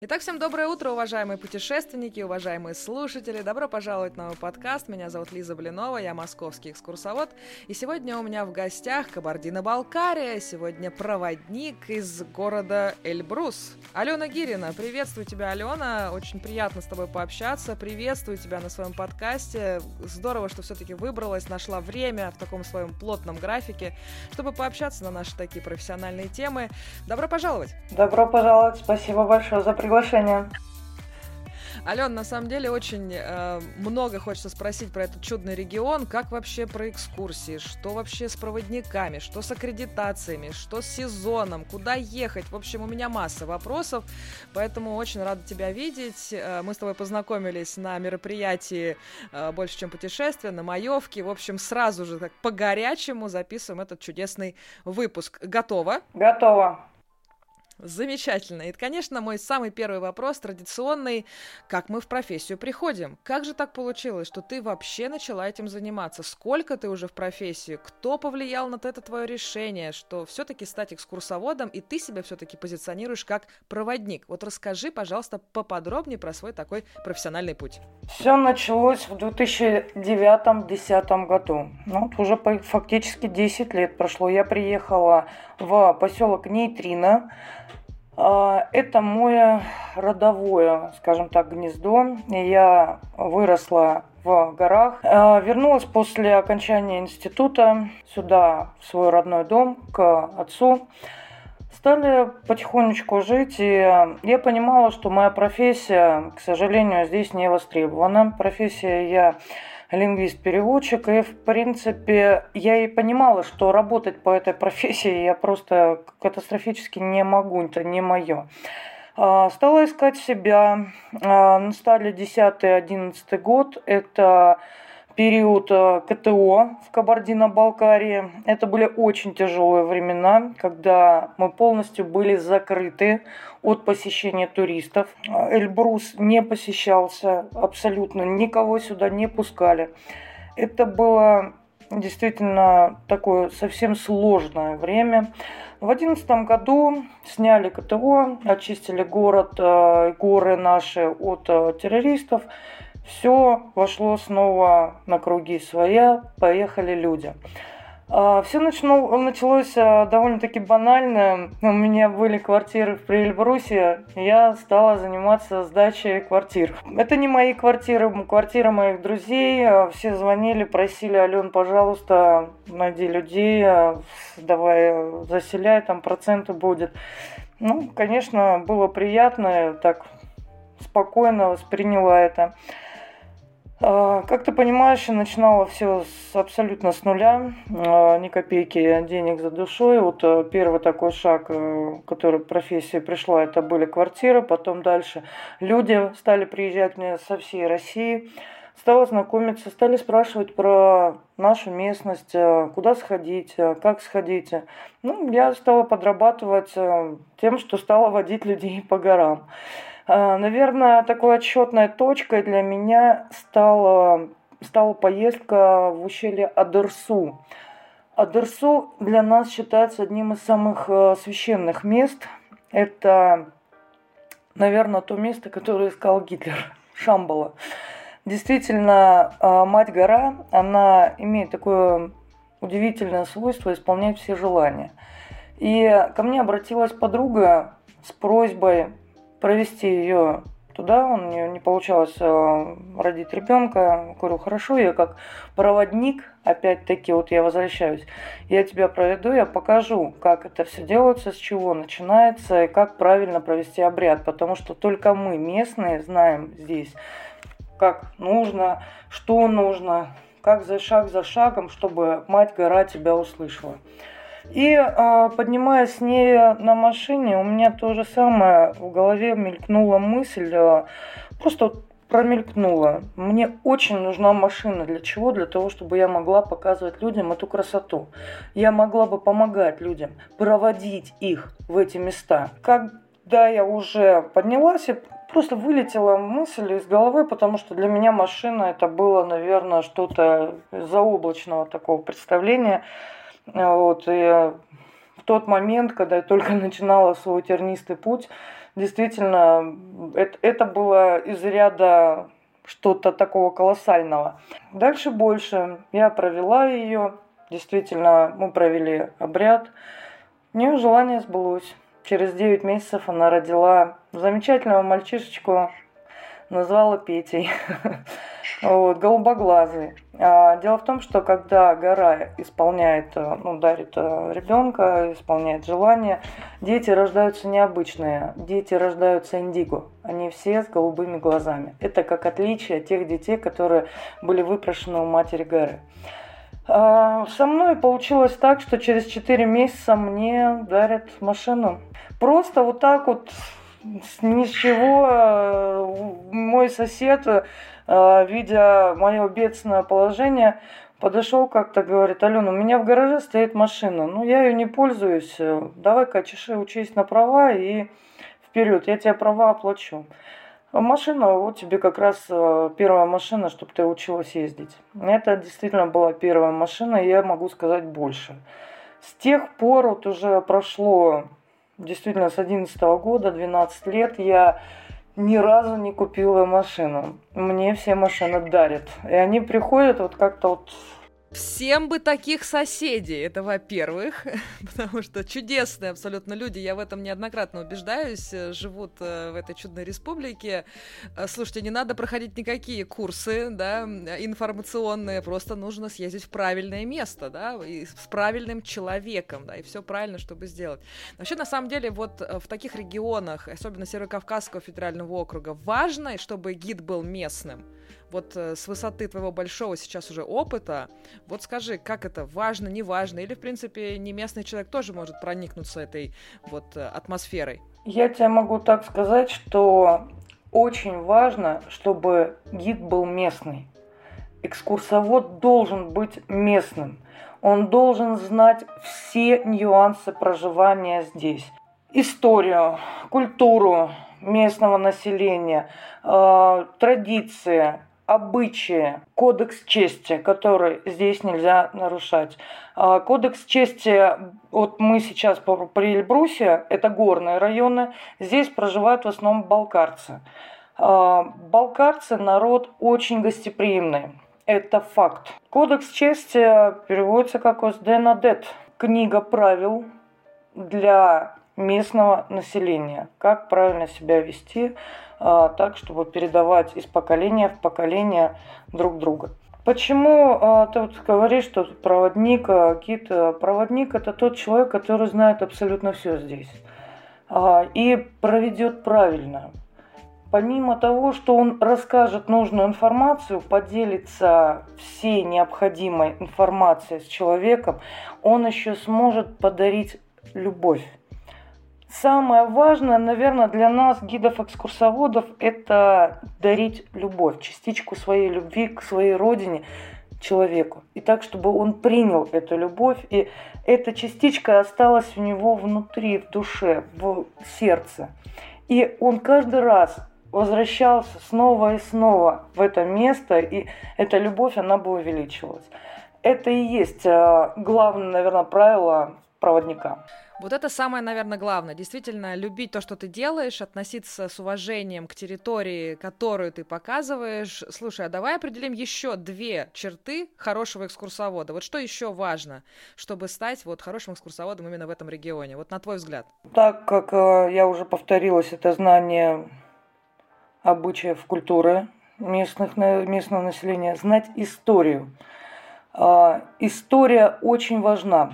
Итак, всем доброе утро, уважаемые путешественники, уважаемые слушатели. Добро пожаловать на мой подкаст. Меня зовут Лиза Блинова, я московский экскурсовод. И сегодня у меня в гостях Кабардино-Балкария. Сегодня проводник из города Эльбрус. Алена Гирина. Приветствую тебя, Алена. Очень приятно с тобой пообщаться. Приветствую тебя на своем подкасте. Здорово, что все-таки выбралась, нашла время в таком своем плотном графике, чтобы пообщаться на наши такие профессиональные темы. Добро пожаловать! Добро пожаловать. Спасибо большое за приглашение. Ален, на самом деле очень много хочется спросить про этот чудный регион. Как вообще про экскурсии? Что вообще с проводниками? Что с аккредитациями? Что с сезоном? Куда ехать? В общем, у меня масса вопросов, поэтому очень рада тебя видеть. Мы с тобой познакомились на мероприятии «Больше, чем путешествие», на Маевке. В общем, сразу же так по-горячему записываем этот чудесный выпуск. Готово? Готово. Замечательно. И, конечно, мой самый первый вопрос традиционный. Как мы в профессию приходим? Как же так получилось, что ты вообще начала этим заниматься? Сколько ты уже в профессии? Кто повлиял на это твое решение, что все-таки стать экскурсоводом, и ты себя все-таки позиционируешь как проводник? Вот расскажи, пожалуйста, поподробнее про свой такой профессиональный путь. Все началось в 2009-2010 году. Уже фактически 10 лет прошло. Я приехала в поселок Нейтрино. Это мое родовое, скажем так, гнездо. Я выросла в горах. Вернулась после окончания института сюда, в свой родной дом, к отцу. Стали потихонечку жить, и я понимала, что моя профессия, к сожалению, здесь не востребована. Профессия я лингвист-переводчик, и, в принципе, я и понимала, что работать по этой профессии я просто катастрофически не могу, это не мое. Стала искать себя, настали 10-11 год, это период КТО в Кабардино-Балкарии. Это были очень тяжелые времена, когда мы полностью были закрыты от посещения туристов. Эльбрус не посещался абсолютно, никого сюда не пускали. Это было действительно такое совсем сложное время. В 2011 году сняли КТО, очистили город, горы наши от террористов. Все вошло снова на круги своя, поехали люди. Все началось довольно-таки банально. У меня были квартиры в Эльбрусе, я стала заниматься сдачей квартир. Это не мои квартиры, квартиры моих друзей. Все звонили, просили: Ален, пожалуйста, найди людей, давай заселяй, там проценты будет. Конечно, было приятно, так спокойно восприняла это. Как ты понимаешь, я начинала все абсолютно с нуля, ни копейки денег за душой. Вот первый такой шаг, который в профессии пришла, это были квартиры, потом дальше люди стали приезжать мне со всей России, стала знакомиться, стали спрашивать про нашу местность, куда сходить, как сходить. Я стала подрабатывать тем, что стала водить людей по горам. Наверное, такой отсчетной точкой для меня стала поездка в ущелье Адырсу. Адырсу для нас считается одним из самых священных мест. Это, наверное, то место, которое искал Гитлер, Шамбала. Действительно, Мать-гора, она имеет такое удивительное свойство исполнять все желания. И ко мне обратилась подруга с просьбой провести ее туда. У нее не получалось родить ребенка. Говорю, хорошо, я как проводник, опять-таки, вот я возвращаюсь, я тебя проведу, я покажу, как это все делается, с чего начинается и как правильно провести обряд, потому что только мы, местные, знаем здесь, как нужно, что нужно, как за шагом, чтобы Мать-гора тебя услышала. И поднимаясь с ней на машине, у меня то же самое в голове мелькнула мысль, просто промелькнула. Мне очень нужна машина. Для чего? Для того, чтобы я могла показывать людям эту красоту. Я могла бы помогать людям, проводить их в эти места. Когда я уже поднялась, просто вылетела мысль из головы, потому что для меня машина это было, наверное, что-то заоблачного такого представления. Вот, и в тот момент, когда я только начинала свой тернистый путь, действительно, это было из ряда что-то такого колоссального. Дальше больше. Я провела ее. Действительно, мы провели обряд. У нее желание сбылось. Через 9 месяцев она родила замечательного мальчишечку, назвала Петей. Вот, голубоглазый. Дело в том, что когда гора исполняет, дарит ребенка, исполняет желание, дети рождаются необычные, дети рождаются индиго. Они все с голубыми глазами. Это как отличие от тех детей, которые были выпрошены у матери горы. Со мной получилось так, что через 4 месяца мне дарят машину. Просто вот так вот, ни с чего, мой сосед, видя мое бедственное положение, подошел как-то, говорит: Алена, у меня в гараже стоит машина, но я ее не пользуюсь, давай-ка, чеши, учись на права и вперед, я тебе права оплачу. Машина, вот тебе как раз первая машина, чтобы ты училась ездить. Это действительно была первая машина, и я могу сказать больше. С тех пор вот уже прошло, действительно, с 2011 года, 12 лет, я ни разу не купила машину. Мне все машины дарят. И они приходят вот как-то вот... Всем бы таких соседей, это во-первых, потому что чудесные абсолютно люди, я в этом неоднократно убеждаюсь, живут в этой чудной республике. Слушайте, не надо проходить никакие курсы, да, информационные, просто нужно съездить в правильное место, да, и с правильным человеком, да, и все правильно, чтобы сделать. Вообще, на самом деле, вот в таких регионах, особенно Северо-Кавказского федерального округа, важно, чтобы гид был местным. Вот с высоты твоего большого сейчас уже опыта, вот скажи, как это, важно, не важно, или, в принципе, не местный человек тоже может проникнуться этой вот атмосферой? Я тебе могу так сказать, что очень важно, чтобы гид был местный. Экскурсовод должен быть местным. Он должен знать все нюансы проживания здесь. Историю, культуру местного населения, традиции, обычаи, кодекс чести, который здесь нельзя нарушать. Кодекс чести, вот мы сейчас при Эльбрусе, это горные районы, здесь проживают в основном балкарцы. Балкарцы народ очень гостеприимный, это факт. Кодекс чести переводится как «Осденадет», книга правил для местного населения, как правильно себя вести, так, чтобы передавать из поколения в поколение друг друга. Почему ты вот говоришь, что проводник, гид? Проводник – это тот человек, который знает абсолютно все здесь и проведет правильно. Помимо того, что он расскажет нужную информацию, поделится всей необходимой информацией с человеком, он еще сможет подарить любовь. Самое важное, наверное, для нас, гидов-экскурсоводов, это дарить любовь, частичку своей любви к своей родине, человеку. И так, чтобы он принял эту любовь, и эта частичка осталась у него внутри, в душе, в сердце. И он каждый раз возвращался снова и снова в это место, и эта любовь, она бы увеличивалась. Это и есть главное, наверное, правило проводника. Вот это самое, наверное, главное. Действительно, любить то, что ты делаешь, относиться с уважением к территории, которую ты показываешь. Слушай, а давай определим еще 2 черты хорошего экскурсовода. Вот что еще важно, чтобы стать вот хорошим экскурсоводом именно в этом регионе? Вот на твой взгляд. Так как я уже повторилась, это знание обычаев, культуры местного населения, знать историю. История очень важна.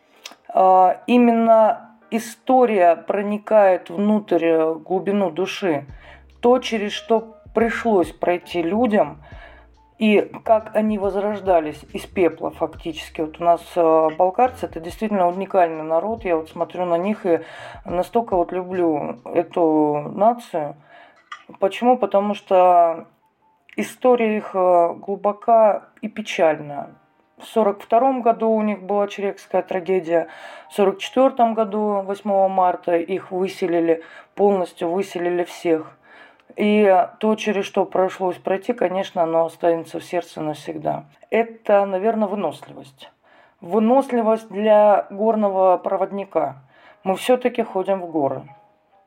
Именно история проникает внутрь глубину души. То, через что пришлось пройти людям, и как они возрождались из пепла фактически. Вот у нас балкарцы – это действительно уникальный народ. Я вот смотрю на них и настолько вот люблю эту нацию. Почему? Потому что история их глубока и печальна. В 1942 году у них была Черекская трагедия, в 1944 году, 8 марта, их выселили, полностью выселили всех. И то, через что пришлось пройти, конечно, оно останется в сердце навсегда. Это, наверное, выносливость. Выносливость для горного проводника. Мы все-таки ходим в горы.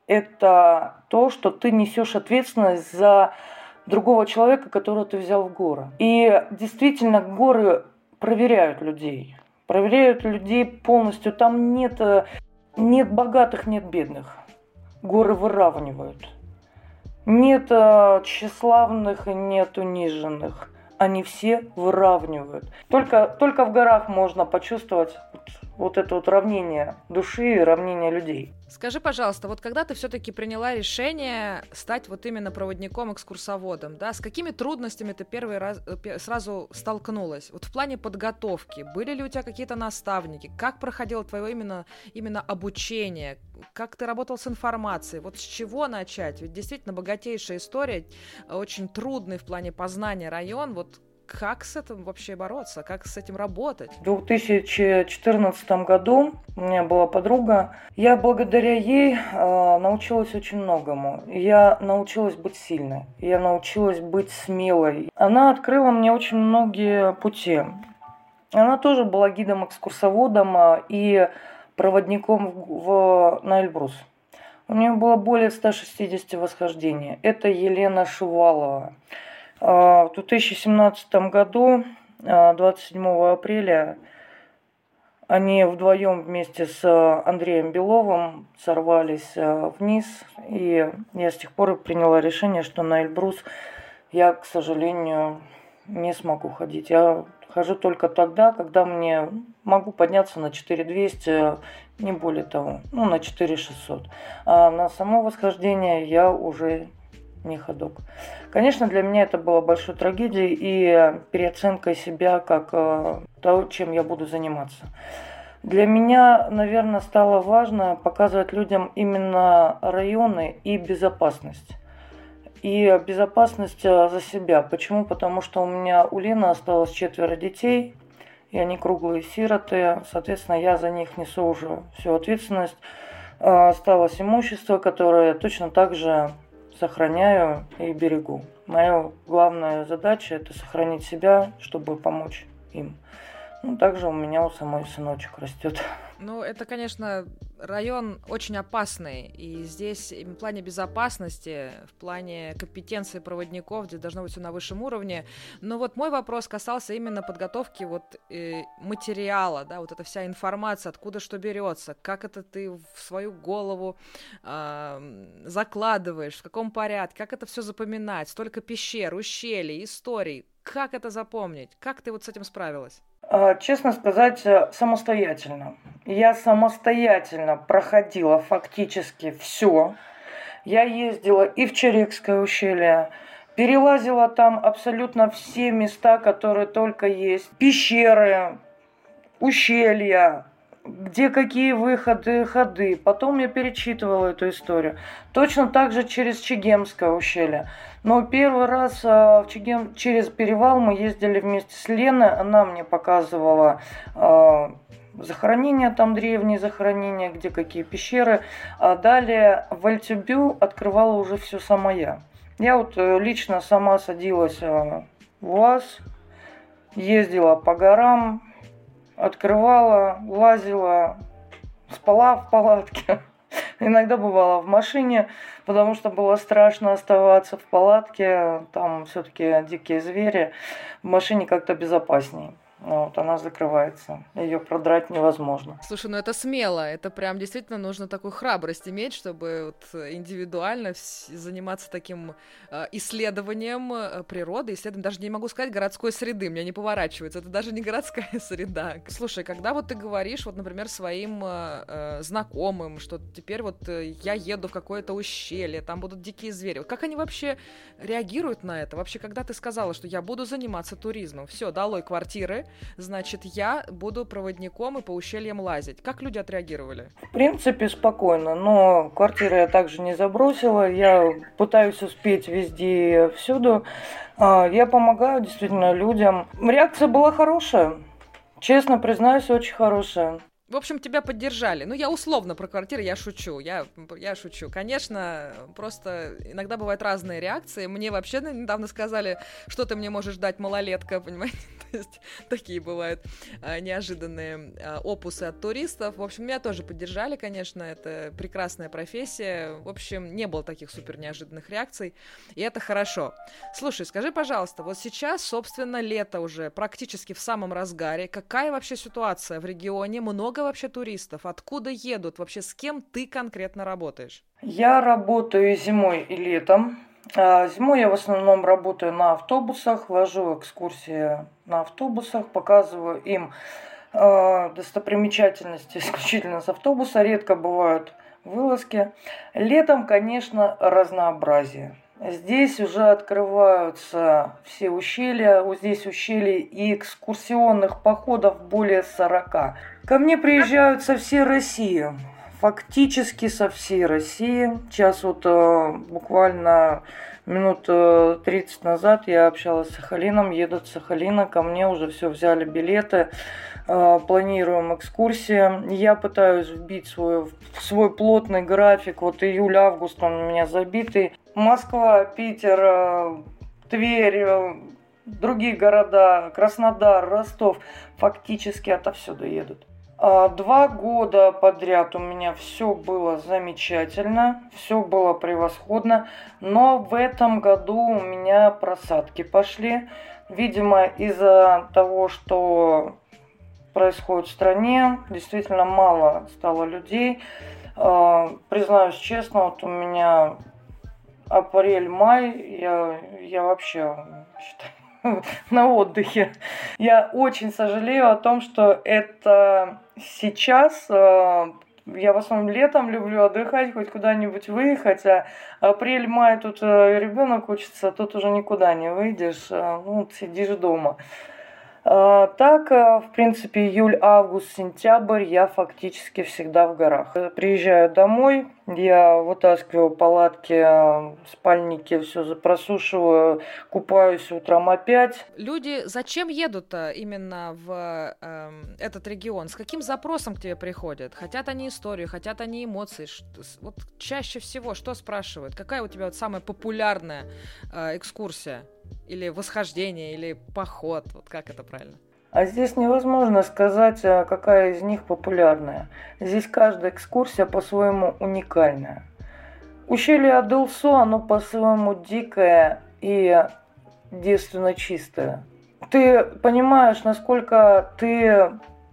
это то, что ты несешь ответственность за другого человека, которого ты взял в горы. И действительно, горы проверяют людей. Проверяют людей полностью. Там нет богатых, нет бедных. Горы выравнивают. Нет тщеславных и нет униженных. Они все выравнивают. Только в горах можно почувствовать вот это вот равнение души и равнение людей. Скажи, пожалуйста, вот когда ты все-таки приняла решение стать вот именно проводником-экскурсоводом, да, с какими трудностями ты первый раз сразу столкнулась? Вот в плане подготовки, были ли у тебя какие-то наставники? Как проходило твое именно обучение? Как ты работал с информацией? Вот с чего начать? Ведь действительно богатейшая история, очень трудный в плане познания район. Вот как с этим вообще бороться? Как с этим работать? В 2014 году у меня была подруга. Я благодаря ей научилась очень многому. Я научилась быть сильной. Я научилась быть смелой. Она открыла мне очень многие пути. Она тоже была гидом-экскурсоводом и проводником на Эльбрус. У нее было более 160 восхождений. Это Елена Шувалова. В 2017 году, 27 апреля, они вдвоем вместе с Андреем Беловым сорвались вниз. И я с тех пор приняла решение, что на Эльбрус я, к сожалению, не смогу ходить. Я хожу только тогда, когда мне могу подняться на 4200, не более того, на 4600. А на само восхождение я уже не ходок. Конечно, для меня это было большой трагедией и переоценкой себя как того, чем я буду заниматься. Для меня, наверное, стало важно показывать людям именно районы и безопасность. И безопасность за себя. Почему? Потому что у Лены осталось 4 детей, и они круглые сироты. Соответственно, я за них несу уже всю ответственность. Осталось имущество, которое точно так же сохраняю и берегу. Моя главная задача – это сохранить себя, чтобы помочь им. Также у меня у самой сыночек растет. Это, конечно, район очень опасный, и здесь в плане безопасности, в плане компетенции проводников, здесь должно быть все на высшем уровне. Но вот мой вопрос касался именно подготовки материала, да, вот эта вся информация, откуда что берется, как это ты в свою голову закладываешь, в каком порядке, как это все запоминать, столько пещер, ущелий, историй, как это запомнить, как ты вот с этим справилась? Честно сказать, самостоятельно. Я самостоятельно проходила фактически все. Я ездила и в Чарекское ущелье, перелазила там абсолютно все места, которые только есть. Пещеры, ущелья, где какие выходы, ходы. Потом я перечитывала эту историю. Точно так же через Чегемское ущелье. Но первый раз через перевал мы ездили вместе с Леной. Она мне показывала захоронения, там древние захоронения, где какие пещеры. А далее в Эльтюбю открывала уже все сама я. Я лично сама садилась в УАЗ, ездила по горам, открывала, лазила, спала в палатке. Иногда бывала в машине, потому что было страшно оставаться в палатке. Там все-таки дикие звери. В машине как-то безопасней. Она закрывается. Ее продрать невозможно. Слушай, это смело. Это прям действительно нужно такую храбрость иметь, чтобы индивидуально заниматься таким исследованием природы, даже не могу сказать городской среды, мне не поворачивается. Это даже не городская среда. Слушай, когда ты говоришь, например, своим знакомым, что теперь я еду в какое-то ущелье, там будут дикие звери. Как они вообще реагируют на это? Вообще, когда ты сказала, что я буду заниматься туризмом, все, долой квартиры, значит, я буду проводником и по ущельям лазить. Как люди отреагировали? В принципе, спокойно, но квартиру я также не забросила. Я пытаюсь успеть везде и всюду. Я помогаю действительно людям. Реакция была хорошая. Честно признаюсь, очень хорошая. В общем, тебя поддержали. Ну, я условно про квартиры, я шучу. Я шучу. Конечно, просто иногда бывают разные реакции. Мне вообще недавно сказали, что ты мне можешь дать, малолетка, понимаете? То есть такие бывают неожиданные опусы от туристов. В общем, меня тоже поддержали, конечно. Это прекрасная профессия. В общем, не было таких супер неожиданных реакций. И это хорошо. Слушай, скажи, пожалуйста, вот сейчас, собственно, лето уже практически в самом разгаре. Какая вообще ситуация в регионе? Много вообще туристов? Откуда едут? Вообще с кем ты конкретно работаешь? Я работаю зимой и летом. Зимой я в основном работаю на автобусах, вожу экскурсии на автобусах, показываю им достопримечательности исключительно с автобуса. Редко бывают вылазки. Летом, конечно, разнообразие. Здесь уже открываются все ущелья. Вот здесь ущелий и экскурсионных походов более 40. Ко мне приезжают со всей России. Фактически со всей России. Сейчас вот буквально минут 30 назад я общалась с Сахалином. Едут с Сахалина. Ко мне уже все взяли билеты. Планируем экскурсии. Я пытаюсь вбить свой плотный график. Вот июль-август он у меня забитый. Москва, Питер, Тверь, другие города, Краснодар, Ростов. Фактически отовсюду едут. 2 года подряд у меня все было замечательно, все было превосходно, но в этом году у меня просадки пошли. Видимо, из-за того, что происходит в стране, действительно мало стало людей. Признаюсь честно, вот у меня апрель-май, я вообще считаю на отдыхе. Я очень сожалею о том, что это сейчас. Я в основном летом люблю отдыхать, хоть куда-нибудь выехать, а апрель-май тут ребенок учится, тут уже никуда не выйдешь, сидишь дома. Так, в принципе, июль, август, сентябрь я фактически всегда в горах. Приезжаю домой, я вытаскиваю палатки, спальники, все просушиваю, купаюсь утром опять. Люди зачем едут-то именно в этот регион? С каким запросом к тебе приходят? Хотят они историю, хотят они эмоции? Вот чаще всего что спрашивают? Какая у тебя вот самая популярная экскурсия? Или восхождение, или поход? Вот как это правильно? А здесь невозможно сказать, какая из них популярная. Здесь каждая экскурсия по-своему уникальная. Ущелье Адылсу, оно по-своему дикое и девственно чистое. Ты понимаешь, насколько ты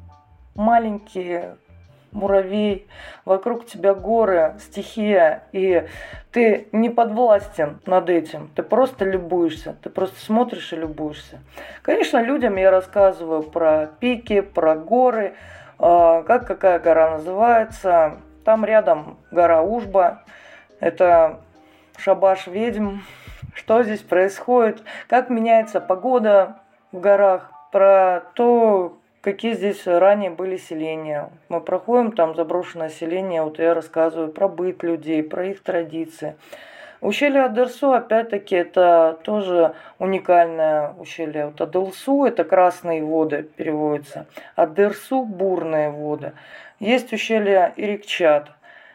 маленький муравей, вокруг тебя горы, стихия, и ты не подвластен над этим, ты просто любуешься, ты просто смотришь и любуешься. Конечно, людям я рассказываю про пики, про горы, какая гора называется. Там рядом гора Ужба, это шабаш ведьм, что здесь происходит, как меняется погода в горах, про то, какие здесь ранее были селения. Мы проходим там заброшенное селение, вот я рассказываю про быт людей, про их традиции. Ущелье Адырсу, опять-таки, это тоже уникальное ущелье. Вот Адылсу – это красные воды переводится, Адырсу – бурные воды. Есть ущелье Ирикчат.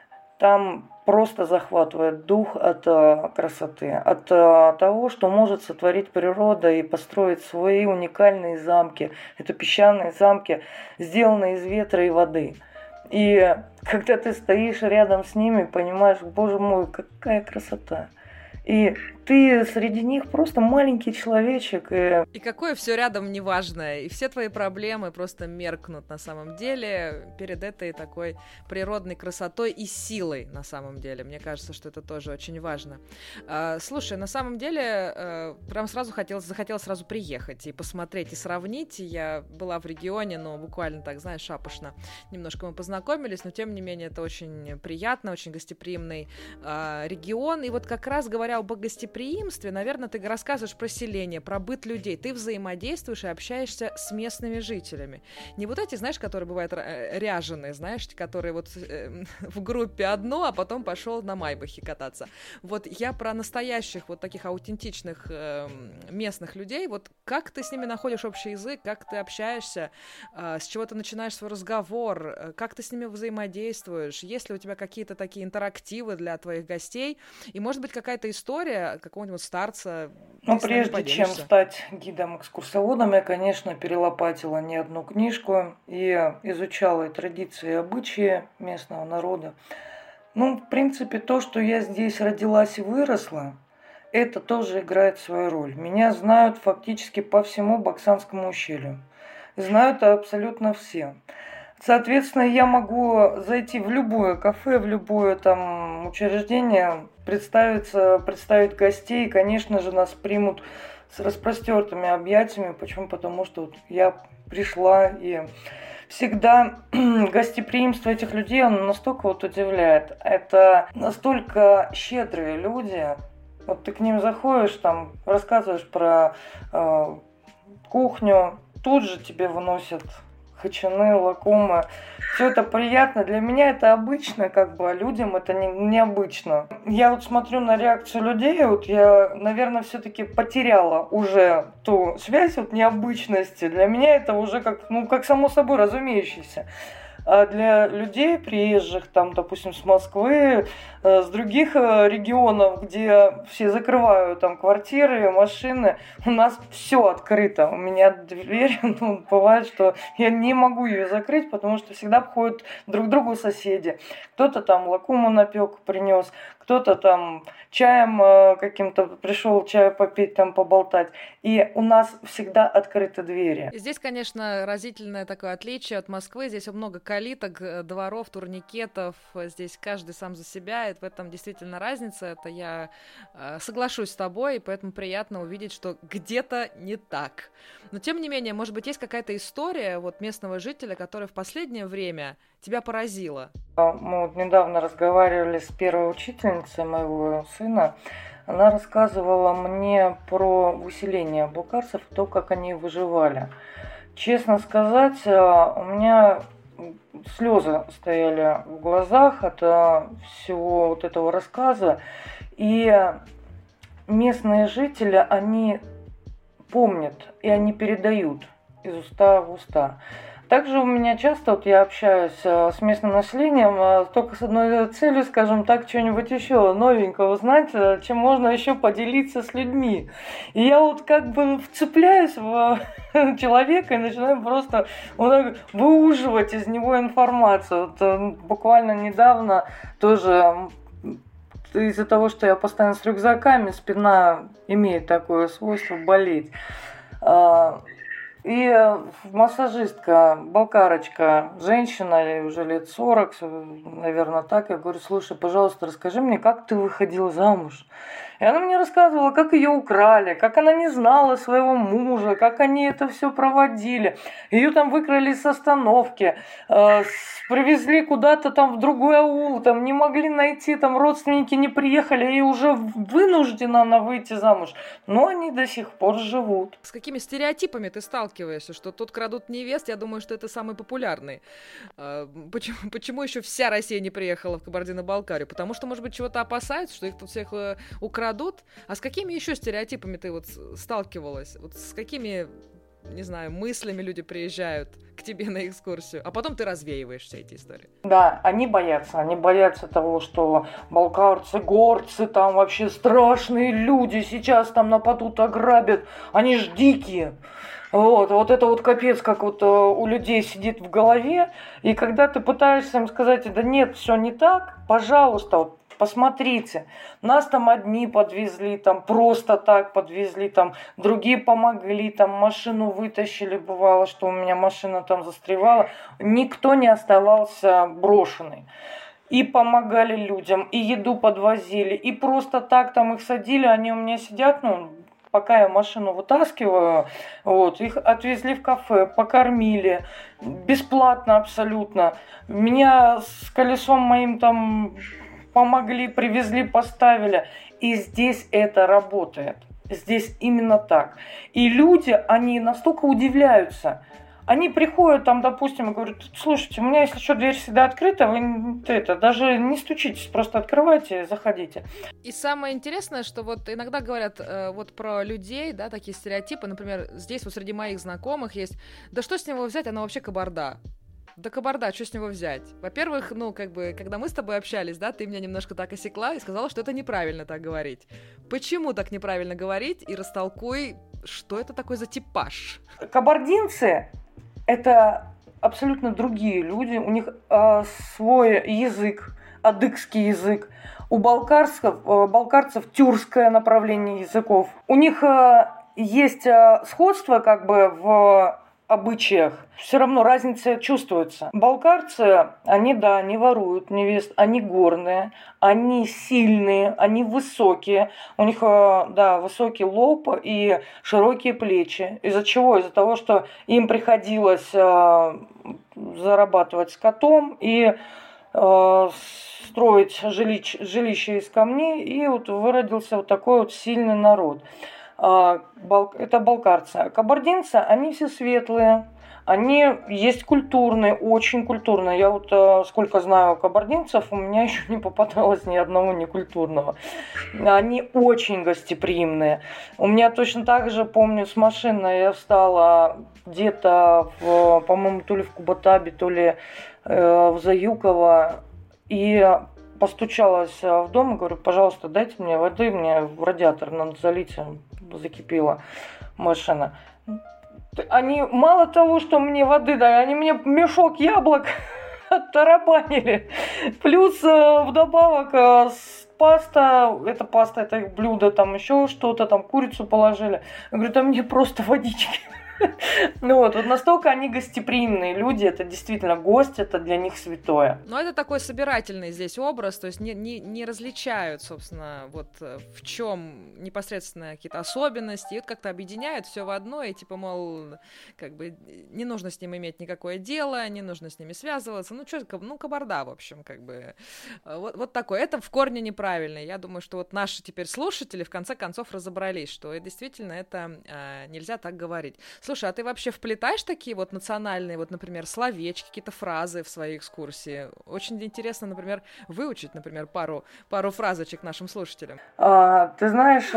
Там просто захватывает дух от красоты, от того, что может сотворить природа и построить свои уникальные замки. Это песчаные замки, сделанные из ветра и воды. И когда ты стоишь рядом с ними, понимаешь, боже мой, какая красота. И ты среди них просто маленький человечек. И какое все рядом неважное. И все твои проблемы просто меркнут на самом деле перед этой такой природной красотой и силой на самом деле. Мне кажется, что это тоже очень важно. Слушай, на самом деле прям сразу захотелось сразу приехать и посмотреть, и сравнить. Я была в регионе, но буквально так, знаешь, шапошно. Немножко мы познакомились, но тем не менее это очень приятно, очень гостеприимный регион. И вот как раз говоря об гостеприимстве, наверное, ты рассказываешь про селение, про быт людей. Ты взаимодействуешь и общаешься с местными жителями. Не вот эти, знаешь, которые бывают ряженые, знаешь, которые вот в группе одно, а потом пошел на Майбахе кататься. Вот я про настоящих вот таких аутентичных местных людей. Вот Как ты с ними находишь общий язык, как ты общаешься, с чего ты начинаешь свой разговор, как ты с ними взаимодействуешь, есть ли у тебя какие-то такие интерактивы для твоих гостей, и, может быть, какая-то история какого-нибудь старца. Ну, прежде чем стать гидом-экскурсоводом, я, конечно, перелопатила не одну книжку и изучала и традиции, и обычаи местного народа. Ну, в принципе, то, что я здесь родилась и выросла, это тоже играет свою роль. Меня знают фактически по всему Баксанскому ущелью. Знают абсолютно все. Соответственно, я могу зайти в любое кафе, в любое там учреждение, представить гостей. И, конечно же, нас примут с распростертыми объятиями. Почему? Потому что вот я пришла, и всегда гостеприимство этих людей, оно настолько вот удивляет. Это настолько щедрые люди. Вот ты к ним заходишь, там рассказываешь про кухню, тут же тебе выносят хачаны, лакомы. Все это приятно. Для меня это обычно, как бы, а людям это необычно. Я вот смотрю на реакцию людей, вот я, наверное, все-таки потеряла уже ту связь вот необычности. Для меня это уже как само собой разумеющееся. А для людей, приезжих, там, допустим, с Москвы, с других регионов, где все закрывают там квартиры, машины, у нас все открыто. У меня дверь, бывает, что я не могу ее закрыть, потому что всегда входят друг к другу соседи. Кто-то там лакуму напек, принес, кто-то там чаем каким-то пришел, чаю попить, там поболтать. И у нас всегда открыты двери. Здесь, конечно, разительное такое отличие от Москвы. Здесь много калиток, дворов, турникетов. Здесь каждый сам за себя. И в этом действительно разница. Это я соглашусь с тобой, и поэтому приятно увидеть, что где-то не так. Но, тем не менее, может быть, есть какая-то история вот местного жителя, которая в последнее время тебя поразила? Мы вот недавно разговаривали с первой учительницей моего сына. Она рассказывала мне про выселение балкарцев, то, как они выживали. Честно сказать, у меня слезы стояли в глазах от всего вот этого рассказа. И местные жители, они помнят и они передают из уста в уста. Также у меня часто, вот я общаюсь с местным населением только с одной целью, скажем так, что-нибудь еще новенького узнать, чем можно еще поделиться с людьми. И я вот как бы вцепляюсь в человека и начинаю просто выуживать из него информацию. Вот, буквально недавно тоже из-за того, что я постоянно с рюкзаками, спина имеет такое свойство болеть. И массажистка, балкарочка, женщина, ей уже лет 40, наверное, так. Я говорю: слушай, пожалуйста, расскажи мне, как ты выходила замуж? И она мне рассказывала, как ее украли, как она не знала своего мужа, как они это все проводили. Ее там выкрали с остановки, привезли куда-то там в другой аул, там не могли найти, там родственники не приехали, и уже вынуждена она выйти замуж. Но они до сих пор живут. С какими стереотипами ты сталкиваешься, что тут крадут невест? Я думаю, что это самый популярный. Почему еще вся Россия не приехала в Кабардино-Балкарию? Потому что, может быть, чего-то опасаются, что их тут всех украдут? А с какими еще стереотипами ты вот сталкивалась? Вот с какими, не знаю, мыслями люди приезжают к тебе на экскурсию, а потом ты развеиваешь все эти истории? Да, они боятся того, что балкарцы, горцы, там вообще страшные люди, сейчас там нападут, ограбят, они ж дикие. Вот это вот капец, как вот у людей сидит в голове, и когда ты пытаешься им сказать: да нет, все не так, пожалуйста, вот, посмотрите, нас там одни подвезли, там просто так подвезли, там другие помогли, там машину вытащили, бывало, что у меня машина там застревала, никто не оставался брошенный. И помогали людям, и еду подвозили, и просто так там их садили, они у меня сидят, пока я машину вытаскиваю, вот, их отвезли в кафе, покормили, бесплатно абсолютно. Меня с колесом моим там помогли, привезли, поставили. И здесь это работает. Здесь именно так. И люди, они настолько удивляются. Они приходят там, допустим, и говорят: слушайте, у меня, если что, дверь всегда открыта, вы даже не стучитесь, просто открывайте, заходите. И самое интересное, что вот иногда говорят вот про людей, да, такие стереотипы, например, здесь вот среди моих знакомых есть: да что с него взять, она вообще кабарда. Да кабарда, что с него взять? Во-первых, ну, как бы, когда мы с тобой общались, да, ты меня немножко так осекла и сказала, что это неправильно так говорить. Почему так неправильно говорить? И растолкуй, что это такой за типаж? Кабардинцы – это абсолютно другие люди, у них свой язык, адыгский язык. У балкарцев тюркское направление языков. У них есть сходство как бы в обычаях, все равно разница чувствуется. Балкарцы, они воруют невест, они горные, они сильные, они высокие, у них, высокий лоб и широкие плечи. Из-за чего? Из-за того, что им приходилось зарабатывать скотом и строить жилище из камней, и вот выродился вот такой вот сильный народ. Это балкарцы. Кабардинцы, они все светлые, они есть культурные, очень культурные. Я вот сколько знаю кабардинцев, у меня еще не попадалось ни одного некультурного. Они очень гостеприимные. У меня точно так же, помню, с машины я встала где-то, по-моему, то ли в Кубатабе, то ли в Заюково, и постучалась в дом и говорю: пожалуйста, дайте мне воды, мне в радиатор надо залить, закипела машина. Они мало того, что мне воды дали, они мне мешок яблок оттарабанили. Плюс вдобавок паста, это их блюдо, там еще что-то, там курицу положили. Я говорю: да мне просто водички. Ну вот настолько они гостеприимные люди, это действительно гость, это для них святое. Но это такой собирательный здесь образ, то есть не различают, собственно, вот в чем непосредственно какие-то особенности, и вот как-то объединяют все в одно, и типа, мол, как бы не нужно с ним иметь никакое дело, не нужно с ними связываться, кабарда, в общем, как бы, вот такое. Это в корне неправильно. Я думаю, что вот наши теперь слушатели в конце концов разобрались, что действительно это нельзя так говорить. Слушай, а ты вообще вплетаешь такие вот национальные, вот, например, словечки, какие-то фразы в свои экскурсии? Очень интересно, например, выучить, например, пару фразочек нашим слушателям. Ты знаешь,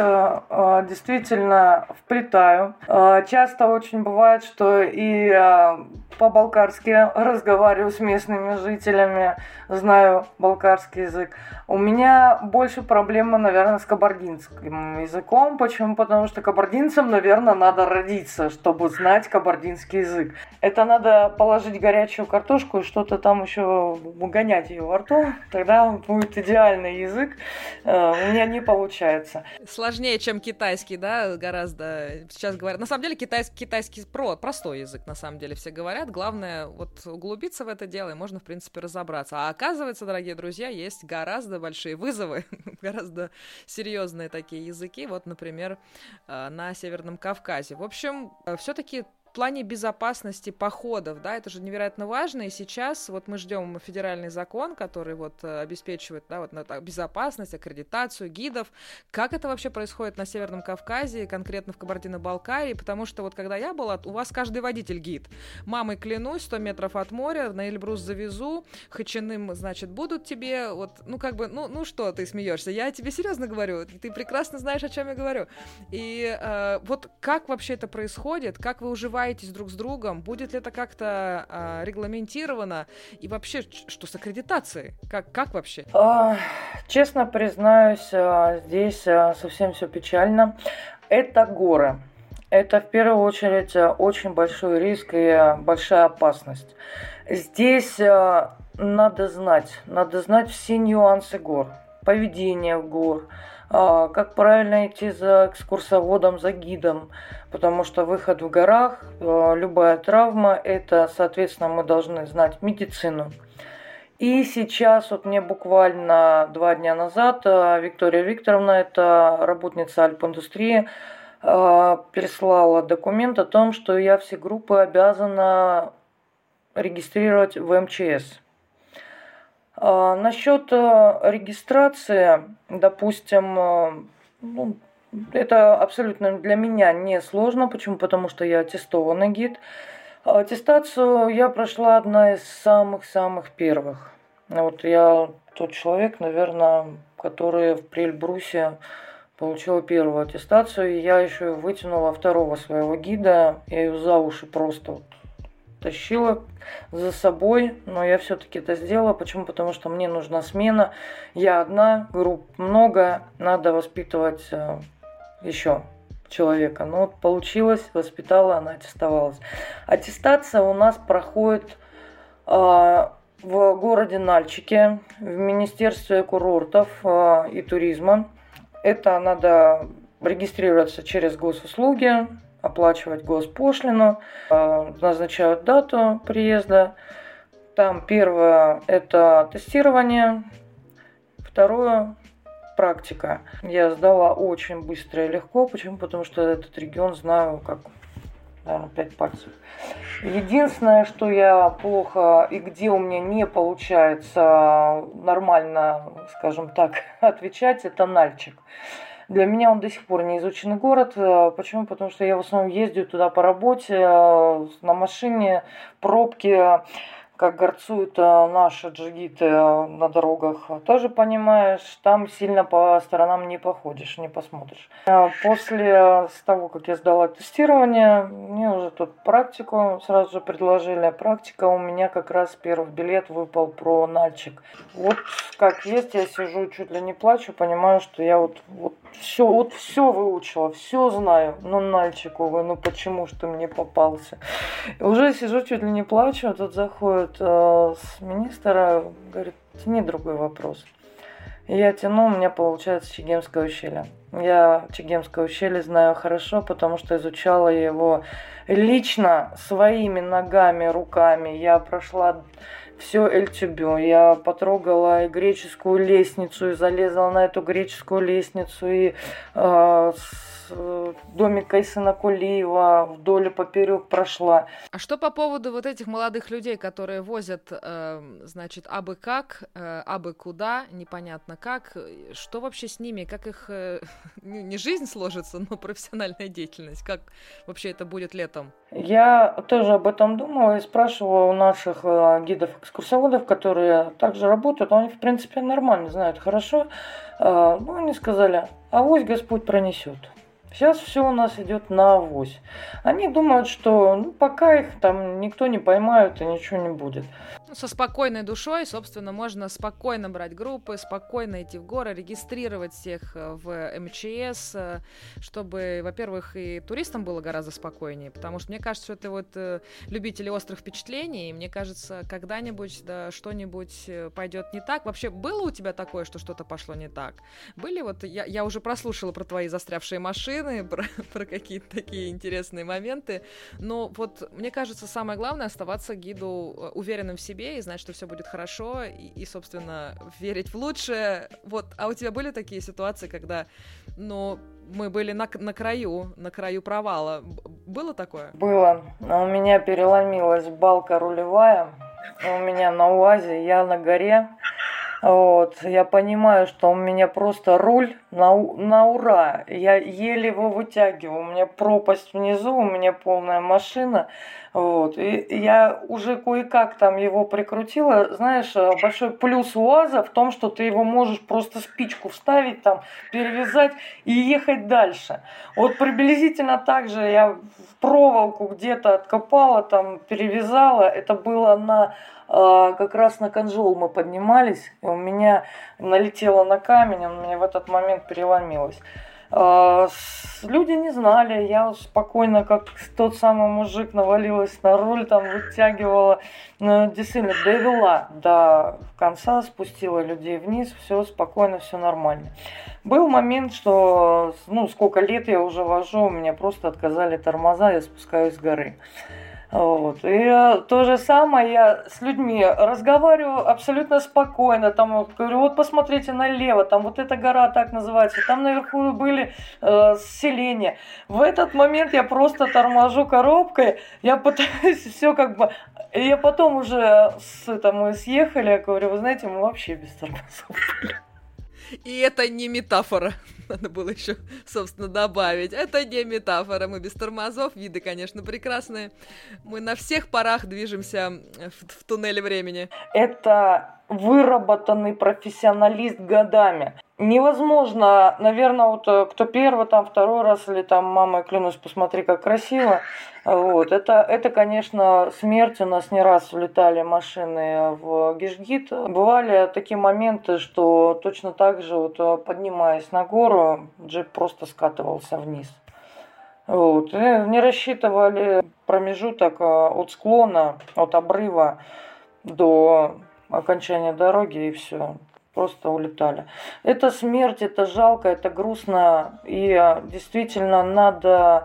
действительно вплетаю. Часто очень бывает, что и по-балкарски разговариваю с местными жителями, знаю балкарский язык. У меня больше проблемы, наверное, с кабардинским языком. Почему? Потому что кабардинцам, наверное, надо родиться, чтобы знать кабардинский язык. Это надо положить горячую картошку и что-то там еще гонять ее во рту. Тогда будет идеальный язык. У меня не получается. Сложнее, чем китайский, да, гораздо. Сейчас говорят. На самом деле китайский простой язык, на самом деле все говорят. Главное вот углубиться в это дело, и можно, в принципе, разобраться. А оказывается, дорогие друзья, есть гораздо большие вызовы, гораздо серьезные такие языки, вот, например, на Северном Кавказе. В общем, все-таки в плане безопасности походов, да, это же невероятно важно, и сейчас вот мы ждем федеральный закон, который вот обеспечивает, да, вот безопасность, аккредитацию гидов. Как это вообще происходит на Северном Кавказе, конкретно в Кабардино-Балкарии, потому что вот когда я была, у вас каждый водитель гид. Мамой клянусь, 100 метров от моря, на Эльбрус завезу, Хачиным, значит, будут тебе, вот, ну что ты смеешься, я тебе серьезно говорю, ты прекрасно знаешь, о чем я говорю. И вот как вообще это происходит, как вы уживаетесь друг с другом, будет ли это как-то регламентировано, и вообще, что с аккредитацией, как вообще? Честно признаюсь, здесь совсем все печально. Это горы. Это в первую очередь очень большой риск и большая опасность. Здесь надо знать все нюансы гор, поведение гор, как правильно идти за экскурсоводом, за гидом, потому что выход в горах, любая травма, это, соответственно, мы должны знать медицину. И сейчас, вот мне буквально 2 дня назад Виктория Викторовна, это работница Альпиндустрии, прислала документ о том, что я все группы обязана регистрировать в МЧС. Насчет регистрации, допустим, это абсолютно для меня не сложно. Почему? Потому что я аттестованный гид. Аттестацию я прошла одна из самых-самых первых. Вот я тот человек, наверное, который при Эльбрусе получил первую аттестацию, и я еще вытянула второго своего гида. Я ее за уши просто вот тащила за собой, но я все-таки это сделала. Почему? Потому что мне нужна смена. Я одна, групп много, надо воспитывать еще человека. Ну вот получилось, воспитала, она аттестовалась. Аттестация у нас проходит в городе Нальчике, в Министерстве курортов и туризма. Это надо регистрироваться через госуслуги, оплачивать госпошлину, назначают дату приезда. Там первое – это тестирование, второе – практика. Я сдала очень быстро и легко. Почему? Потому что этот регион знаю как, наверное, 5 пальцев. Единственное, что я плохо и где у меня не получается нормально, скажем так, отвечать, это Нальчик. Для меня он до сих пор не изученный город. Почему? Потому что я в основном ездю туда по работе, на машине, пробки, как горцуют наши джигиты на дорогах. Тоже понимаешь, там сильно по сторонам не походишь, не посмотришь. После того, как я сдала тестирование, мне уже тут практику сразу же предложили. Практика у меня как раз первый билет выпал про Нальчик. Вот как есть, я сижу, чуть ли не плачу, понимаю, что я вот все выучила, все знаю. Но Нальчик, увы, ну почему ж ты мне попался? Уже сижу, чуть ли не плачу, тут заходит с министра, говорит, тяни другой вопрос. И я тяну, у меня получается Чегемское ущелье. Я Чегемское ущелье знаю хорошо, потому что изучала его лично, своими ногами, руками. Я прошла все Эль-Тюбю, я потрогала и греческую лестницу, и залезла на эту греческую лестницу, и домик Кайсына Кулиева вдоль и поперек прошла. А что по поводу вот этих молодых людей, которые возят, значит, абы как, абы куда, непонятно как, что вообще с ними, как их, не жизнь сложится, но профессиональная деятельность, как вообще это будет летом? Я тоже об этом думала и спрашивала у наших гидов-экскурсоводов, которые также работают, они, в принципе, нормально знают, хорошо. Но они сказали, авось Господь пронесет. Сейчас все у нас идет на авось. Они думают, что пока их там никто не поймает и ничего не будет. Со спокойной душой, собственно, можно спокойно брать группы, спокойно идти в горы, регистрировать всех в МЧС, чтобы, во-первых, и туристам было гораздо спокойнее, потому что мне кажется, что это вот любители острых впечатлений, и мне кажется, когда-нибудь да что-нибудь пойдет не так. Вообще, было у тебя такое, что что-то пошло не так? Были вот, я уже прослушала про твои застрявшие машины, про какие-то такие интересные моменты, но вот мне кажется, самое главное оставаться гиду уверенным в себе и знать, что все будет хорошо, и, собственно, верить в лучшее. Вот, а у тебя были такие ситуации, когда, мы были на краю провала? Было такое? Было. У меня переломилась балка рулевая, у меня на УАЗе, я на горе. Вот, я понимаю, что у меня просто руль на ура. Я еле его вытягиваю. У меня пропасть внизу, у меня полная машина. Вот, и я уже кое-как там его прикрутила. Знаешь, большой плюс УАЗа в том, что ты его можешь просто спичку вставить, там, перевязать и ехать дальше. Вот приблизительно так же я в проволоку где-то откопала, там, перевязала. Это было как раз на Канжол мы поднимались, и у меня налетело на камень, у меня в этот момент переломилось. Люди не знали, я спокойно, как тот самый мужик, навалилась на руль, там вытягивала, действительно довела до конца, спустила людей вниз, все спокойно, все нормально. Был момент, что, сколько лет я уже вожу, у меня просто отказали тормоза, я спускаюсь с горы. Вот. И то же самое я с людьми разговариваю абсолютно спокойно. Там говорю, вот посмотрите налево, там вот эта гора так называется, там наверху были селения. В этот момент я просто торможу коробкой, я пытаюсь все как бы... И я потом уже мы съехали, я говорю, вы знаете, мы вообще без тормозов были. И это не метафора. Надо было еще, собственно, добавить. Это не метафора. Мы без тормозов. Виды, конечно, прекрасные. Мы на всех парах движемся в туннеле времени. Это выработанный профессионалист годами. Невозможно, наверное, вот кто первый, там, второй раз, или там, мама, я клянусь, посмотри, как красиво. Вот. Это, конечно, смерть. У нас не раз влетали машины в Гишгит. Бывали такие моменты, что точно так же, вот, поднимаясь на гору, джип просто скатывался вниз. Вот. И не рассчитывали промежуток от склона, от обрыва до окончания дороги, и все. Просто улетали. Это смерть, это жалко, это грустно. И действительно надо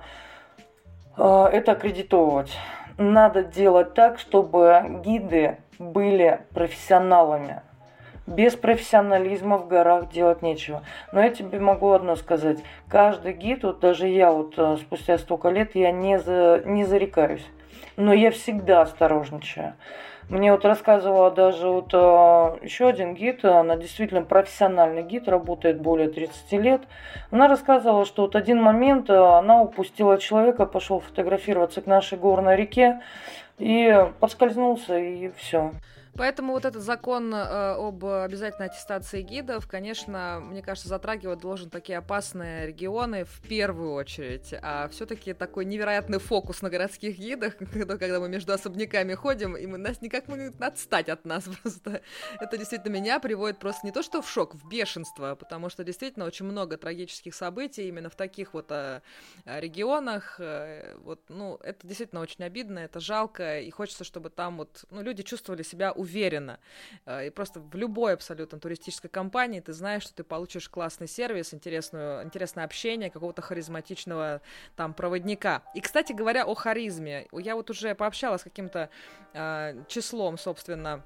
это аккредитовывать. Надо делать так, чтобы гиды были профессионалами. Без профессионализма в горах делать нечего. Но я тебе могу одно сказать. Каждый гид, вот даже я вот спустя столько лет, я не зарекаюсь. Но я всегда осторожничаю. Мне вот рассказывала даже вот еще один гид, она действительно профессиональный гид, работает более 30 лет. Она рассказывала, что вот один момент она упустила человека, пошел фотографироваться к нашей горной реке и подскользнулся, и все. Поэтому вот этот закон об обязательной аттестации гидов, конечно, мне кажется, затрагивать должен такие опасные регионы в первую очередь. А все-таки такой невероятный фокус на городских гидах, когда мы между особняками ходим, и нас никак не отстать от нас просто. Это действительно меня приводит просто не то что в шок, в бешенство, потому что действительно очень много трагических событий именно в таких вот регионах. Вот, ну, это действительно очень обидно, это жалко, и хочется, чтобы там вот, ну, люди чувствовали себя уверенно. И просто в любой абсолютно туристической компании ты знаешь, что ты получишь классный сервис, интересное общение, какого-то харизматичного там проводника. И, кстати говоря, о харизме. Я вот уже пообщалась с каким-то числом, собственно,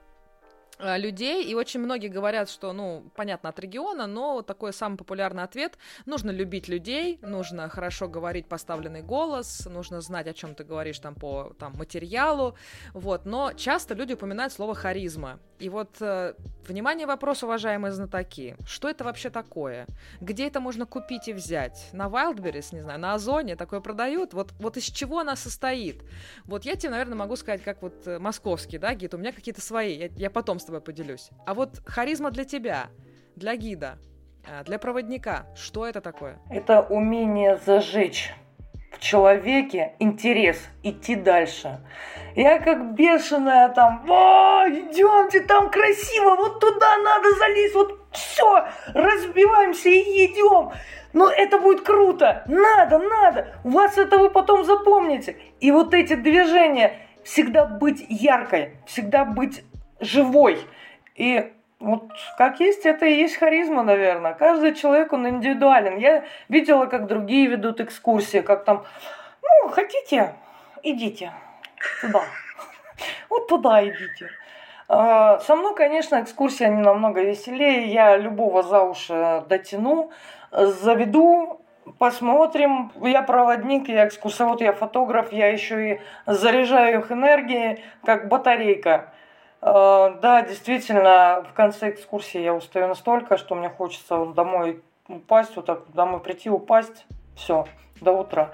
людей, и очень многие говорят, что, ну, понятно, от региона, но такой самый популярный ответ: нужно любить людей, нужно хорошо говорить поставленный голос, нужно знать, о чем ты говоришь там по материалу, вот, но часто люди упоминают слово харизма. И вот, внимание, вопрос, уважаемые знатоки, что это вообще такое? Где это можно купить и взять? На Wildberries, не знаю, на Озоне такое продают? Вот из чего она состоит? Вот я тебе, наверное, могу сказать, как вот московский, да, гид, у меня какие-то свои, я потом с тобой поделюсь. А вот харизма для тебя, для гида, для проводника, что это такое? Это умение зажечь в человеке интерес, идти дальше. Я как бешеная там: идемте, там красиво, вот туда надо залезть, вот все, разбиваемся и идем. Но это будет круто, надо, у вас это вы потом запомните. И вот эти движения, всегда быть яркой, всегда быть живой. И вот как есть, это и есть харизма, наверное. Каждый человек, он индивидуален. Я видела, как другие ведут экскурсии, как там: ну, хотите, идите туда. Вот туда идите. Со мной, конечно, экскурсии, они намного веселее. Я любого за уши дотяну, заведу, посмотрим. Я проводник, я экскурсовод, я фотограф, я еще и заряжаю их энергией, как батарейка. Да, действительно, в конце экскурсии я устаю настолько, что мне хочется домой упасть, вот так домой прийти, упасть, все, до утра.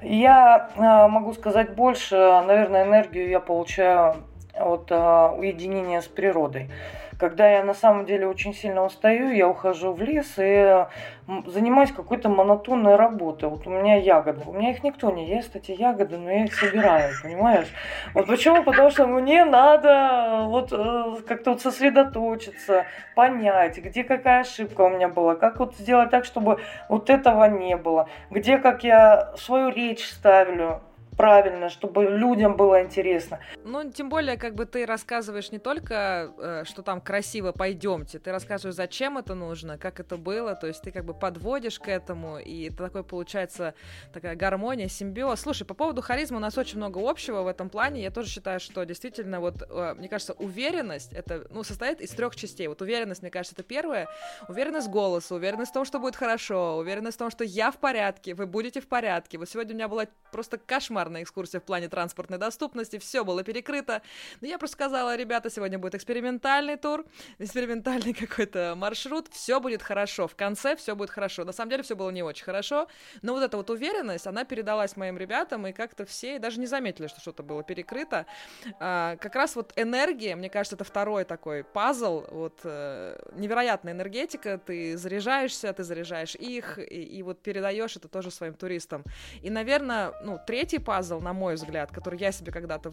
Я могу сказать больше, наверное, энергию я получаю от уединения с природой. Когда я на самом деле очень сильно устаю, я ухожу в лес и занимаюсь какой-то монотонной работой. Вот у меня ягоды. У меня их никто не ест, эти ягоды, но я их собираю, понимаешь? Вот почему? Потому что мне надо вот как-то вот сосредоточиться, понять, где какая ошибка у меня была, как вот сделать так, чтобы вот этого не было, где как я свою речь ставлю правильно, чтобы людям было интересно. Ну, тем более, как бы ты рассказываешь не только, что там красиво, пойдемте, ты рассказываешь, зачем это нужно, как это было, то есть ты как бы подводишь к этому, и это такой получается такая гармония, симбиоз. Слушай, по поводу харизмы у нас очень много общего в этом плане. Я тоже считаю, что действительно, вот, мне кажется, уверенность, это, ну, состоит из 3 частей. Вот уверенность, мне кажется, это первое. Уверенность голоса, уверенность в том, что будет хорошо, уверенность в том, что я в порядке, вы будете в порядке. Вот сегодня у меня была просто кошмар кошмарная экскурсия в плане транспортной доступности, все было перекрыто. Но я просто сказала, ребята, сегодня будет экспериментальный тур, экспериментальный какой-то маршрут, все будет хорошо, в конце все будет хорошо. На самом деле все было не очень хорошо, но вот эта вот уверенность, она передалась моим ребятам, и как-то все даже не заметили, что что-то было перекрыто. Как раз вот энергия, мне кажется, это второй такой пазл, вот невероятная энергетика, ты заряжаешься, ты заряжаешь их, и вот передаешь это тоже своим туристам. И, наверное, третий пазл, на мой взгляд, который я себе когда-то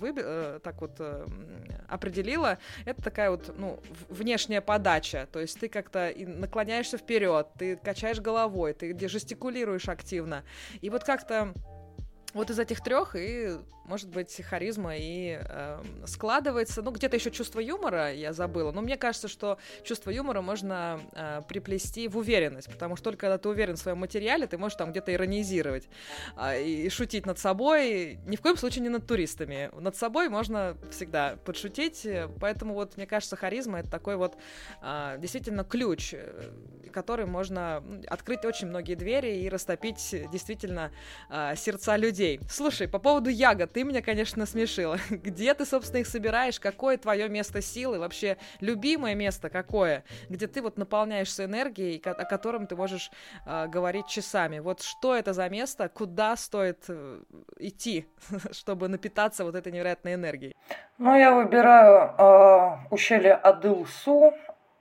определила, это такая вот, внешняя подача, то есть ты как-то наклоняешься вперед, ты качаешь головой, ты жестикулируешь активно, и вот как-то вот из этих трех и, может быть, харизма и складывается. Где-то еще чувство юмора я забыла. Но мне кажется, что чувство юмора можно приплести в уверенность, потому что только когда ты уверен в своем материале, ты можешь там где-то иронизировать и шутить над собой. Ни в коем случае не над туристами. Над собой можно всегда подшутить. Поэтому вот, мне кажется, харизма — это такой вот действительно ключ, который можно открыть очень многие двери и растопить действительно сердца людей. Слушай, по поводу ягод, ты меня, конечно, смешила. Где ты, собственно, их собираешь? Какое твое место силы? Вообще, любимое место какое? Где ты вот наполняешься энергией, о котором ты можешь говорить часами. Вот что это за место? Куда стоит идти, чтобы напитаться вот этой невероятной энергией? Я выбираю ущелье Адыл-Су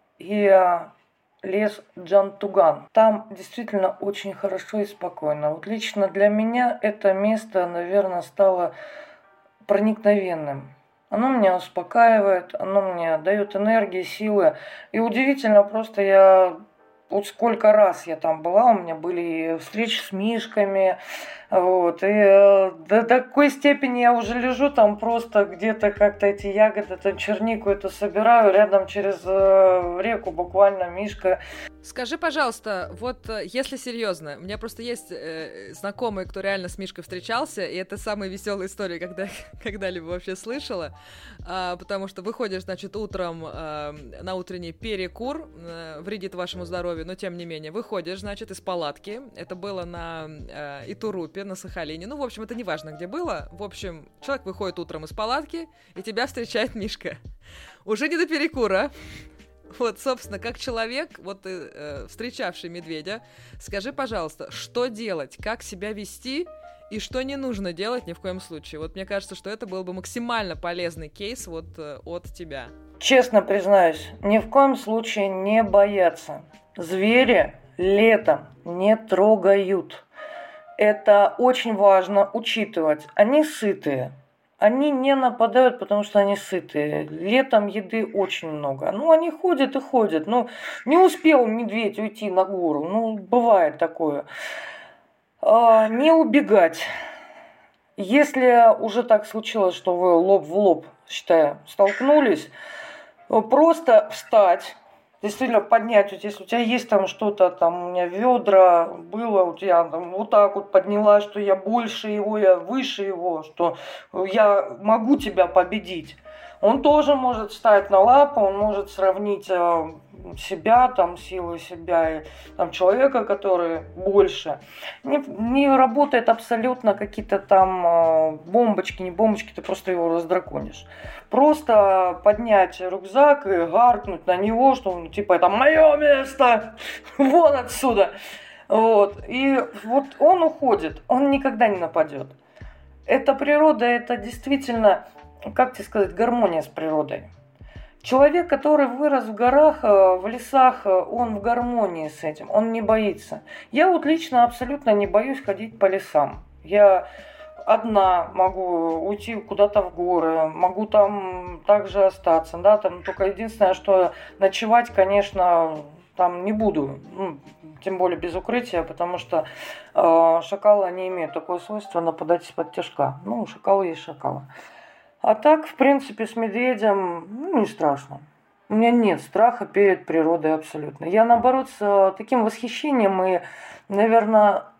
и лес Джантуган. Там действительно очень хорошо и спокойно. Вот лично для меня это место, наверное, стало проникновенным. Оно меня успокаивает, оно мне дает энергии, силы. И удивительно, просто вот сколько раз я там была, у меня были встречи с мишками, вот, и до такой степени я уже лежу там просто где-то как-то эти ягоды, там чернику эту собираю, рядом через реку буквально мишка. Скажи, пожалуйста, вот если серьезно, у меня просто есть знакомый, кто реально с мишкой встречался, и это самая веселая история, когда-либо вообще слышала, потому что выходишь, значит, утром на утренний перекур, вредит вашему здоровью, но тем не менее, выходишь, значит, из палатки, это было на Итурупе, на Сахалине, в общем, это не важно, где было, в общем, человек выходит утром из палатки, и тебя встречает мишка. Уже не до перекура. Вот, собственно, как человек, вот встречавший медведя, скажи, пожалуйста, что делать, как себя вести и что не нужно делать ни в коем случае? Вот мне кажется, что это был бы максимально полезный кейс вот от тебя. Честно признаюсь, ни в коем случае не бояться. Звери летом не трогают. Это очень важно учитывать. Они сытые. Они не нападают, потому что они сытые. Летом еды очень много. Они ходят и ходят. Не успел медведь уйти на гору. Бывает такое. Не убегать. Если уже так случилось, что вы лоб в лоб, считай, столкнулись, просто встать. Действительно поднять, вот если у тебя есть там что-то, там у меня ведра было, вот я там вот так вот подняла, что я больше его, я выше его, что я могу тебя победить. Он тоже может встать на лапы, он может сравнить себя, там, силу себя и там, человека, который больше. Не работает абсолютно какие-то там бомбочки, не бомбочки, ты просто его раздраконишь. Просто поднять рюкзак и гаркнуть на него, что он типа это мое место, вон отсюда. Вот. И вот он уходит, он никогда не нападет. Это природа, это действительно, как тебе сказать, гармония с природой. Человек, который вырос в горах, в лесах, он в гармонии с этим, он не боится. Я вот лично абсолютно не боюсь ходить по лесам. Я одна могу уйти куда-то в горы, могу там также остаться, да, там только единственное, что ночевать, конечно, там не буду, тем более без укрытия, потому что шакалы, они имеют такое свойство нападать из-под тяжка. Шакалы есть шакалы. А так, в принципе, с медведем, не страшно. У меня нет страха перед природой абсолютно. Я, наоборот, с таким восхищением и, наверное,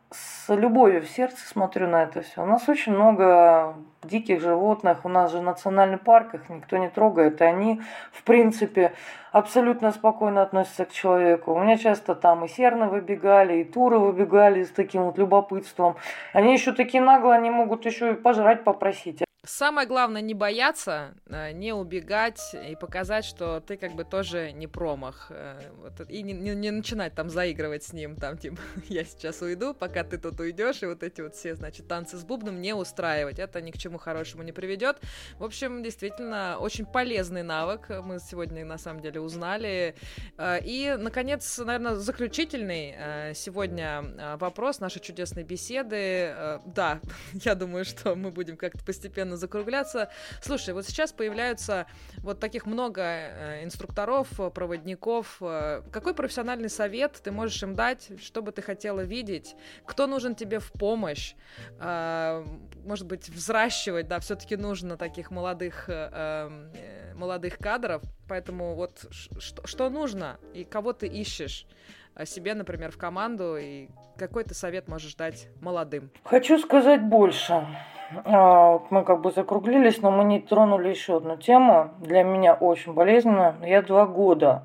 с любовью в сердце смотрю на это все. У нас очень много диких животных, у нас же национальный парк, их никто не трогает, и они, в принципе, абсолютно спокойно относятся к человеку. У меня часто там и серны выбегали, и туры выбегали с таким вот любопытством. Они еще такие наглые, они могут еще и пожрать попросить. Самое главное не бояться, не убегать и показать, что ты как бы тоже не промах. И не начинать там заигрывать с ним, там типа я сейчас уйду, пока ты тут уйдешь, и вот эти вот все, значит, танцы с бубном не устраивать. Это ни к чему хорошему не приведет. В общем, действительно, очень полезный навык мы сегодня на самом деле узнали. И, наконец, наверное, заключительный сегодня вопрос нашей чудесной беседы. Да, я думаю, что мы будем как-то постепенно закругляться. Слушай, вот сейчас появляются вот таких много инструкторов, проводников. Какой профессиональный совет ты можешь им дать, что бы ты хотела видеть? Кто нужен тебе в помощь? Может быть, взращивать, да, все-таки нужно таких молодых кадров. Поэтому вот что нужно и кого ты ищешь себе, например, в команду, и какой ты совет можешь дать молодым? Хочу сказать больше. Мы как бы закруглились, но мы не тронули еще одну тему. Для меня очень болезненная. Я 2 года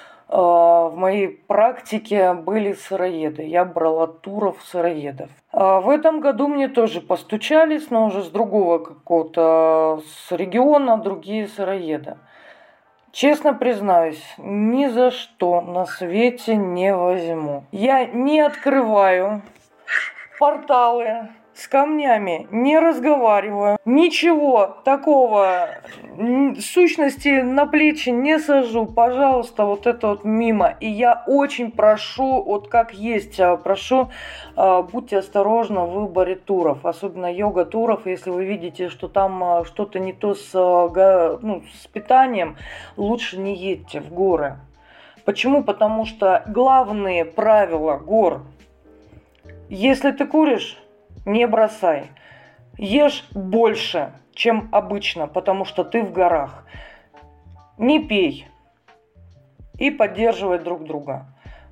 в моей практике были сыроеды. Я брала туров сыроедов. В этом году мне тоже постучались, но уже с другого какого-то с региона, другие сыроеды. Честно признаюсь, ни за что на свете не возьму. Я не открываю порталы с камнями, не разговариваю, ничего такого, сущности на плечи не сажу, пожалуйста, вот это вот мимо. И я очень прошу, вот как есть, прошу, будьте осторожны в выборе туров, особенно йога-туров, если вы видите, что там что-то не то с питанием, лучше не едьте в горы. Почему? Потому что главные правила гор: если ты куришь, не бросай. Ешь больше, чем обычно, потому что ты в горах. Не пей. И поддерживай друг друга.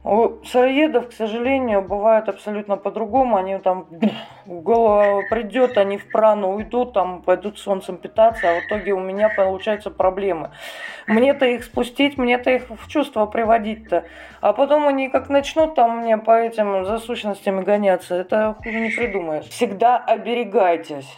У сыроедов, к сожалению, бывает абсолютно по-другому. Они там в голову придет, они в прану уйдут, там пойдут солнцем питаться, а в итоге у меня получаются проблемы. Мне-то их спустить, мне-то их в чувство приводить-то. А потом они как начнут там мне по этим за сущностями гоняться, это хуже не придумаешь. Всегда оберегайтесь.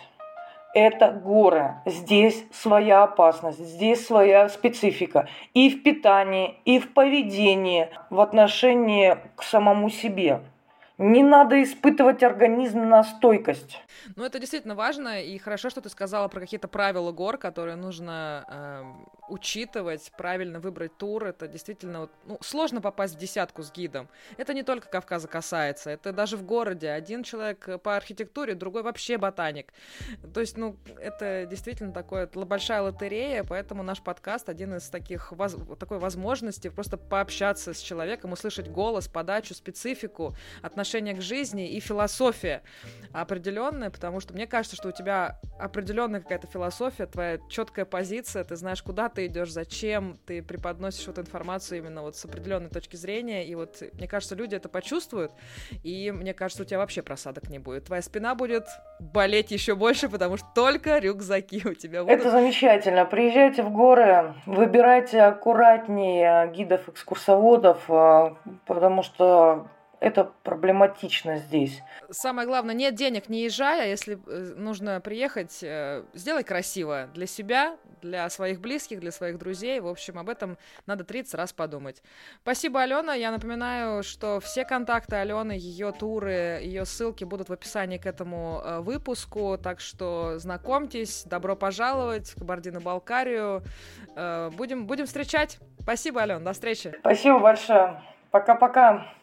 Это горы. Здесь своя опасность, здесь своя специфика. И в питании, и в поведении, в отношении к самому себе. Не надо испытывать организм на стойкость. Ну, это действительно важно, и хорошо, что ты сказала про какие-то правила гор, которые нужно учитывать, правильно выбрать тур. Это действительно сложно попасть в десятку с гидом. Это не только Кавказа касается, это даже в городе. Один человек по архитектуре, другой вообще ботаник. То есть, это действительно большая лотерея, поэтому наш подкаст один из такой возможности просто пообщаться с человеком, услышать голос, подачу, специфику, отношение к жизни и философия определенная, потому что мне кажется, что у тебя определенная какая-то философия, твоя четкая позиция, ты знаешь, куда ты идешь, зачем, ты преподносишь вот информацию именно вот с определенной точки зрения, и вот мне кажется, люди это почувствуют, и мне кажется, у тебя вообще просадок не будет. Твоя спина будет болеть еще больше, потому что только рюкзаки у тебя будут. Это замечательно. Приезжайте в горы, выбирайте аккуратнее гидов-экскурсоводов, потому что это проблематично здесь. Самое главное, нет денег, не езжай, а если нужно приехать, сделай красиво для себя, для своих близких, для своих друзей. В общем, об этом надо 30 раз подумать. Спасибо, Алена. Я напоминаю, что все контакты Алены, ее туры, ее ссылки будут в описании к этому выпуску, так что знакомьтесь, добро пожаловать в Кабардино-Балкарию. Будем встречать. Спасибо, Алена, до встречи. Спасибо большое. Пока-пока.